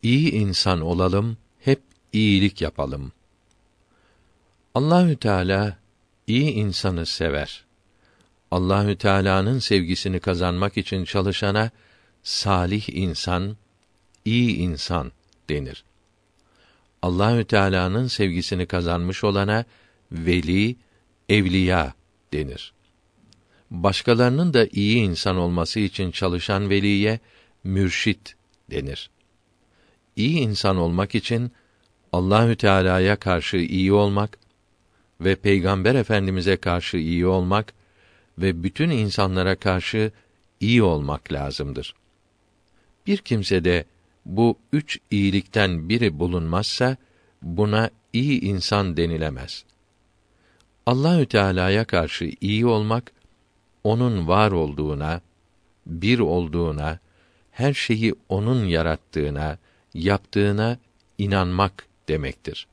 İyi insan olalım, hep iyilik yapalım. Allahü Teala iyi insanı sever. Allahü Teala'nın sevgisini kazanmak için çalışana salih insan, iyi insan denir. Allahü Teala'nın sevgisini kazanmış olana veli, evliya denir. Başkalarının da iyi insan olması için çalışan veliye mürşit denir. İyi insan olmak için Allahü Teala'ya karşı iyi olmak ve Peygamber Efendimize karşı iyi olmak ve bütün insanlara karşı iyi olmak lazımdır. Bir kimsede bu üç iyilikten biri bulunmazsa buna iyi insan denilemez. Allahü Teala'ya karşı iyi olmak, onun var olduğuna, bir olduğuna, her şeyi onun yarattığına, yaptığına inanmak demektir.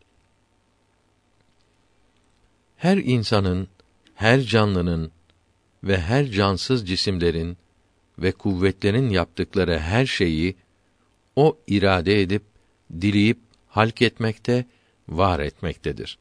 Her insanın, her canlının ve her cansız cisimlerin ve kuvvetlerin yaptıkları her şeyi o irade edip, dileyip halk etmekte, var etmektedir.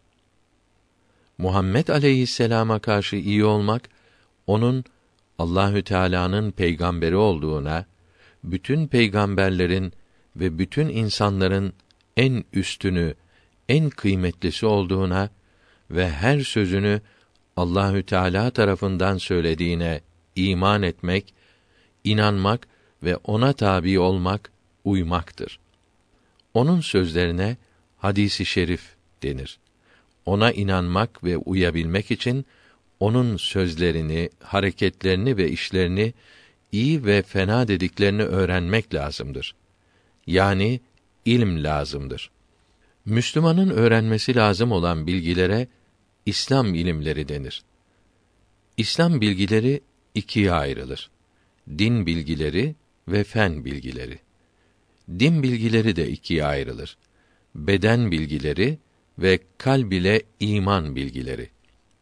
Muhammed aleyhisselama karşı iyi olmak, onun Allahü Teala'nın peygamberi olduğuna, bütün peygamberlerin ve bütün insanların en üstünü, en kıymetlisi olduğuna ve her sözünü Allahü Teala tarafından söylediğine iman etmek, inanmak ve ona tabi olmak, uymaktır. Onun sözlerine hadis-i şerif denir. Ona inanmak ve uyabilmek için onun sözlerini, hareketlerini ve işlerini iyi ve fena dediklerini öğrenmek lazımdır. Yani ilm lazımdır. Müslümanın öğrenmesi lazım olan bilgilere İslam ilimleri denir. İslam bilgileri ikiye ayrılır. Din bilgileri ve fen bilgileri. Din bilgileri de ikiye ayrılır. Beden bilgileri ve kalb ile iman bilgileri.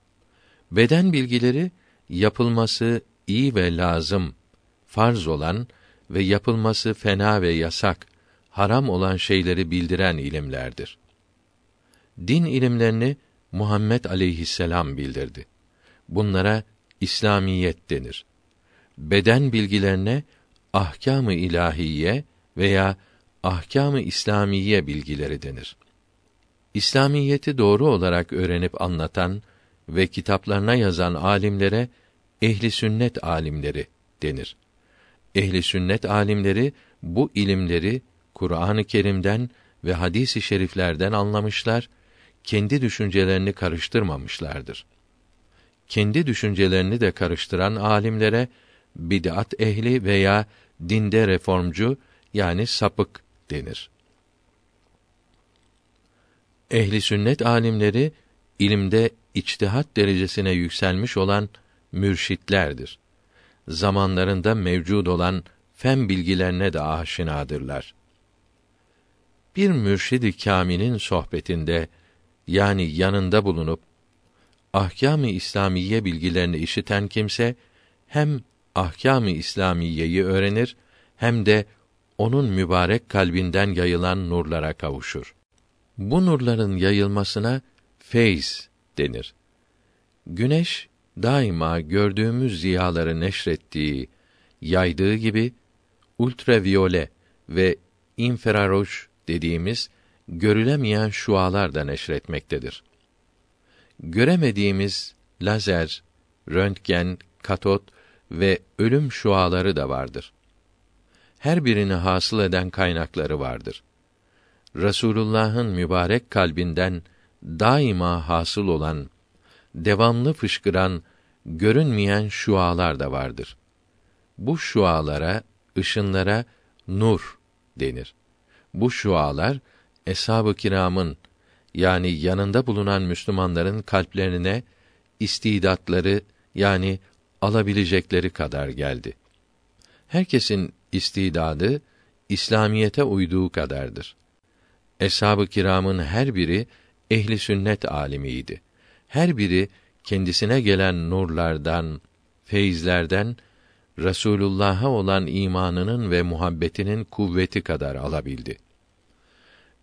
Beden bilgileri yapılması iyi ve lazım, farz olan ve yapılması fena ve yasak, haram olan şeyleri bildiren ilimlerdir. Din ilimlerini Muhammed aleyhisselam bildirdi. Bunlara İslamiyet denir. Beden bilgilerine ahkâm-ı ilâhiye veya ahkâm-ı İslamiye bilgileri denir. İslamiyeti doğru olarak öğrenip anlatan ve kitaplarına yazan alimlere ehli sünnet alimleri denir. Ehli sünnet alimleri bu ilimleri Kur'an-ı Kerim'den ve hadis-i şeriflerden anlamışlar, kendi düşüncelerini karıştırmamışlardır. Kendi düşüncelerini de karıştıran alimlere bid'at ehli veya dinde reformcu yani sapık denir. Ehli sünnet alimleri ilimde içtihat derecesine yükselmiş olan mürşitlerdir. Zamanlarında mevcud olan fen bilgilerine de aşinadırlar. Bir mürşid-i kâmilin sohbetinde yani yanında bulunup ahkâm-ı İslamiye bilgilerini işiten kimse hem ahkâm-ı İslamiyeyi öğrenir hem de onun mübarek kalbinden yayılan nurlara kavuşur. Bu nurların yayılmasına feyz denir. Güneş daima gördüğümüz ziyaları neşrettiği, yaydığı gibi ultraviyole ve infrarouge dediğimiz görülemeyen şualar da neşretmektedir. Göremediğimiz lazer, röntgen, katot ve ölüm şuaları da vardır. Her birini hasıl eden kaynakları vardır. Resulullah'ın mübarek kalbinden daima hasıl olan, devamlı fışkıran, görünmeyen şualar da vardır. Bu şualara, ışınlara nur denir. Bu şualar eshab-ı kiramın yani yanında bulunan Müslümanların kalplerine istidatları yani alabilecekleri kadar geldi. Herkesin istidadı İslamiyete uyduğu kadardır. Eshab-ı kiramın her biri ehli sünnet alimiydi. Her biri kendisine gelen nurlardan, feyizlerden Resulullah'a olan imanının ve muhabbetinin kuvveti kadar alabildi.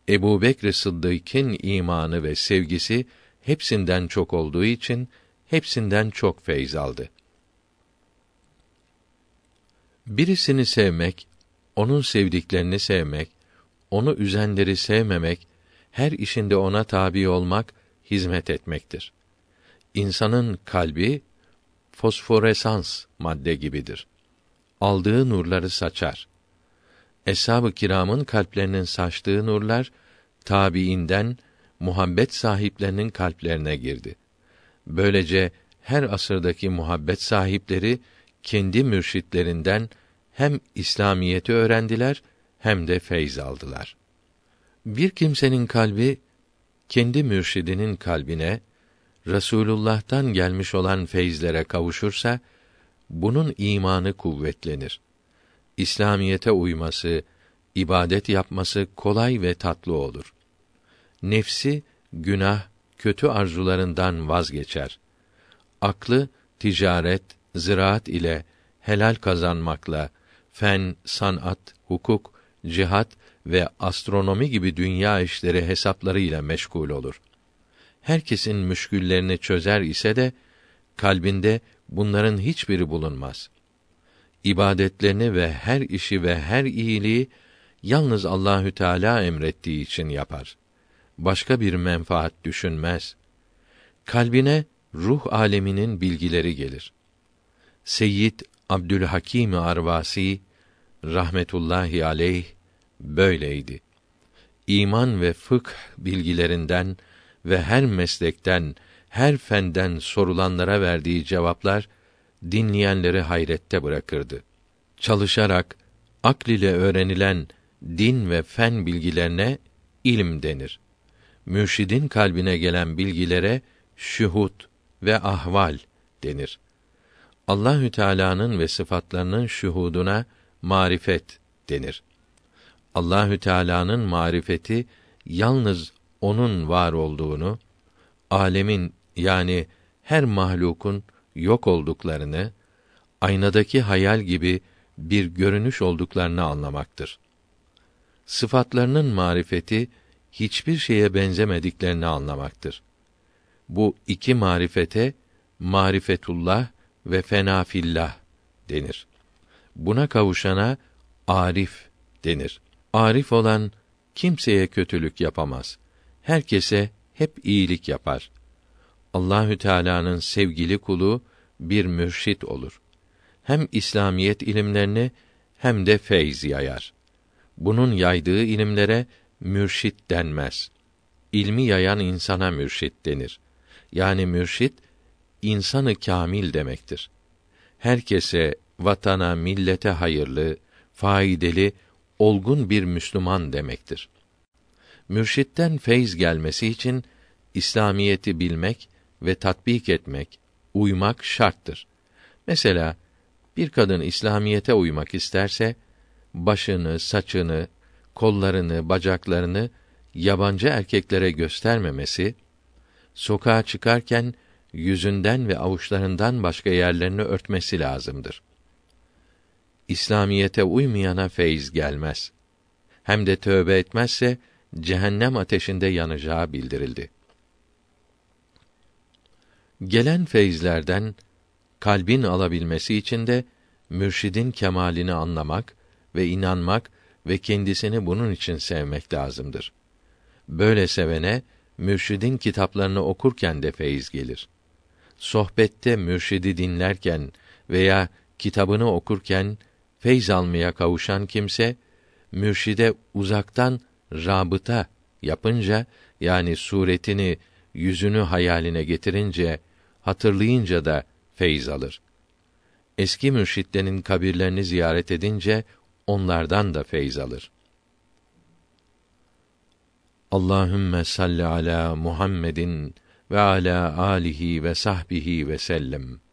Ebubekr Sıddık'ın imanı ve sevgisi hepsinden çok olduğu için hepsinden çok feyz aldı. Birisini sevmek, onun sevdiklerini sevmek, onu üzenleri sevmemek, her işinde ona tabi olmak, hizmet etmektir. İnsanın kalbi fosforesans madde gibidir. Aldığı nurları saçar. Eshab-ı kiramın kalplerinin saçtığı nurlar, tabiinden muhabbet sahiplerinin kalplerine girdi. Böylece her asırdaki muhabbet sahipleri kendi mürşitlerinden hem İslamiyeti öğrendiler hem de feyz aldılar. Bir kimsenin kalbi kendi mürşidinin kalbine Resulullah'tan gelmiş olan feyzlere kavuşursa bunun imanı kuvvetlenir. İslamiyete uyması, ibadet yapması kolay ve tatlı olur. Nefsi günah, kötü arzularından vazgeçer. Aklı ticaret, ziraat ile helal kazanmakla, fen, sanat, hukuk, cihat ve astronomi gibi dünya işleri hesaplarıyla meşgul olur. Herkesin müşküllerini çözer ise de kalbinde bunların hiçbiri bulunmaz. İbadetlerini ve her işi ve her iyiliği yalnız Allahü Teala emrettiği için yapar. Başka bir menfaat düşünmez. Kalbine ruh aleminin bilgileri gelir. Seyyid Abdülhakim Arvasi rahmetullahi aleyh böyleydi. İman ve fıkh bilgilerinden ve her meslekten, her fenden sorulanlara verdiği cevaplar dinleyenleri hayrette bırakırdı. Çalışarak akl ile öğrenilen din ve fen bilgilerine ilim denir. Mürşidin kalbine gelen bilgilere şuhud ve ahval denir. Allahü Teala'nın ve sıfatlarının şuhuduna marifet denir. Allahü Teala'nın marifeti yalnız onun var olduğunu, âlemin yani her mahlukun yok olduklarını, aynadaki hayal gibi bir görünüş olduklarını anlamaktır. Sıfatlarının marifeti hiçbir şeye benzemediklerini anlamaktır. Bu iki marifete marifetullah ve fenafillah denir. Buna kavuşana arif denir. Arif olan kimseye kötülük yapamaz. Herkese hep iyilik yapar. Allahü Teala'nın sevgili kulu bir mürşit olur. Hem İslamiyet ilimlerini hem de feyz yayar. Bunun yaydığı ilimlere mürşit denmez. İlmi yayan insana mürşit denir. Yani mürşit insanı kâmil demektir. Herkese, vatana, millete hayırlı, faydalı, olgun bir Müslüman demektir. Mürşitten feyz gelmesi için İslamiyeti bilmek ve tatbik etmek, uymak şarttır. Mesela bir kadın İslamiyete uymak isterse başını, saçını, kollarını, bacaklarını yabancı erkeklere göstermemesi, sokağa çıkarken yüzünden ve avuçlarından başka yerlerini örtmesi lazımdır. İslamiyete uymayana feyz gelmez. Hem de tövbe etmezse cehennem ateşinde yanacağı bildirildi. Gelen feyzlerden kalbin alabilmesi için de mürşidin kemalini anlamak ve inanmak ve kendisini bunun için sevmek lazımdır. Böyle sevene mürşidin kitaplarını okurken de feyz gelir. Sohbette mürşidi dinlerken veya kitabını okurken feyz almaya kavuşan kimse mürşide uzaktan rabıta yapınca, yani suretini, yüzünü hayaline getirince, hatırlayınca da feyz alır. Eski mürşitlerin kabirlerini ziyaret edince onlardan da feyz alır. Allahümme salli ala Muhammedin ve ala alihi ve sahbihi ve sellem.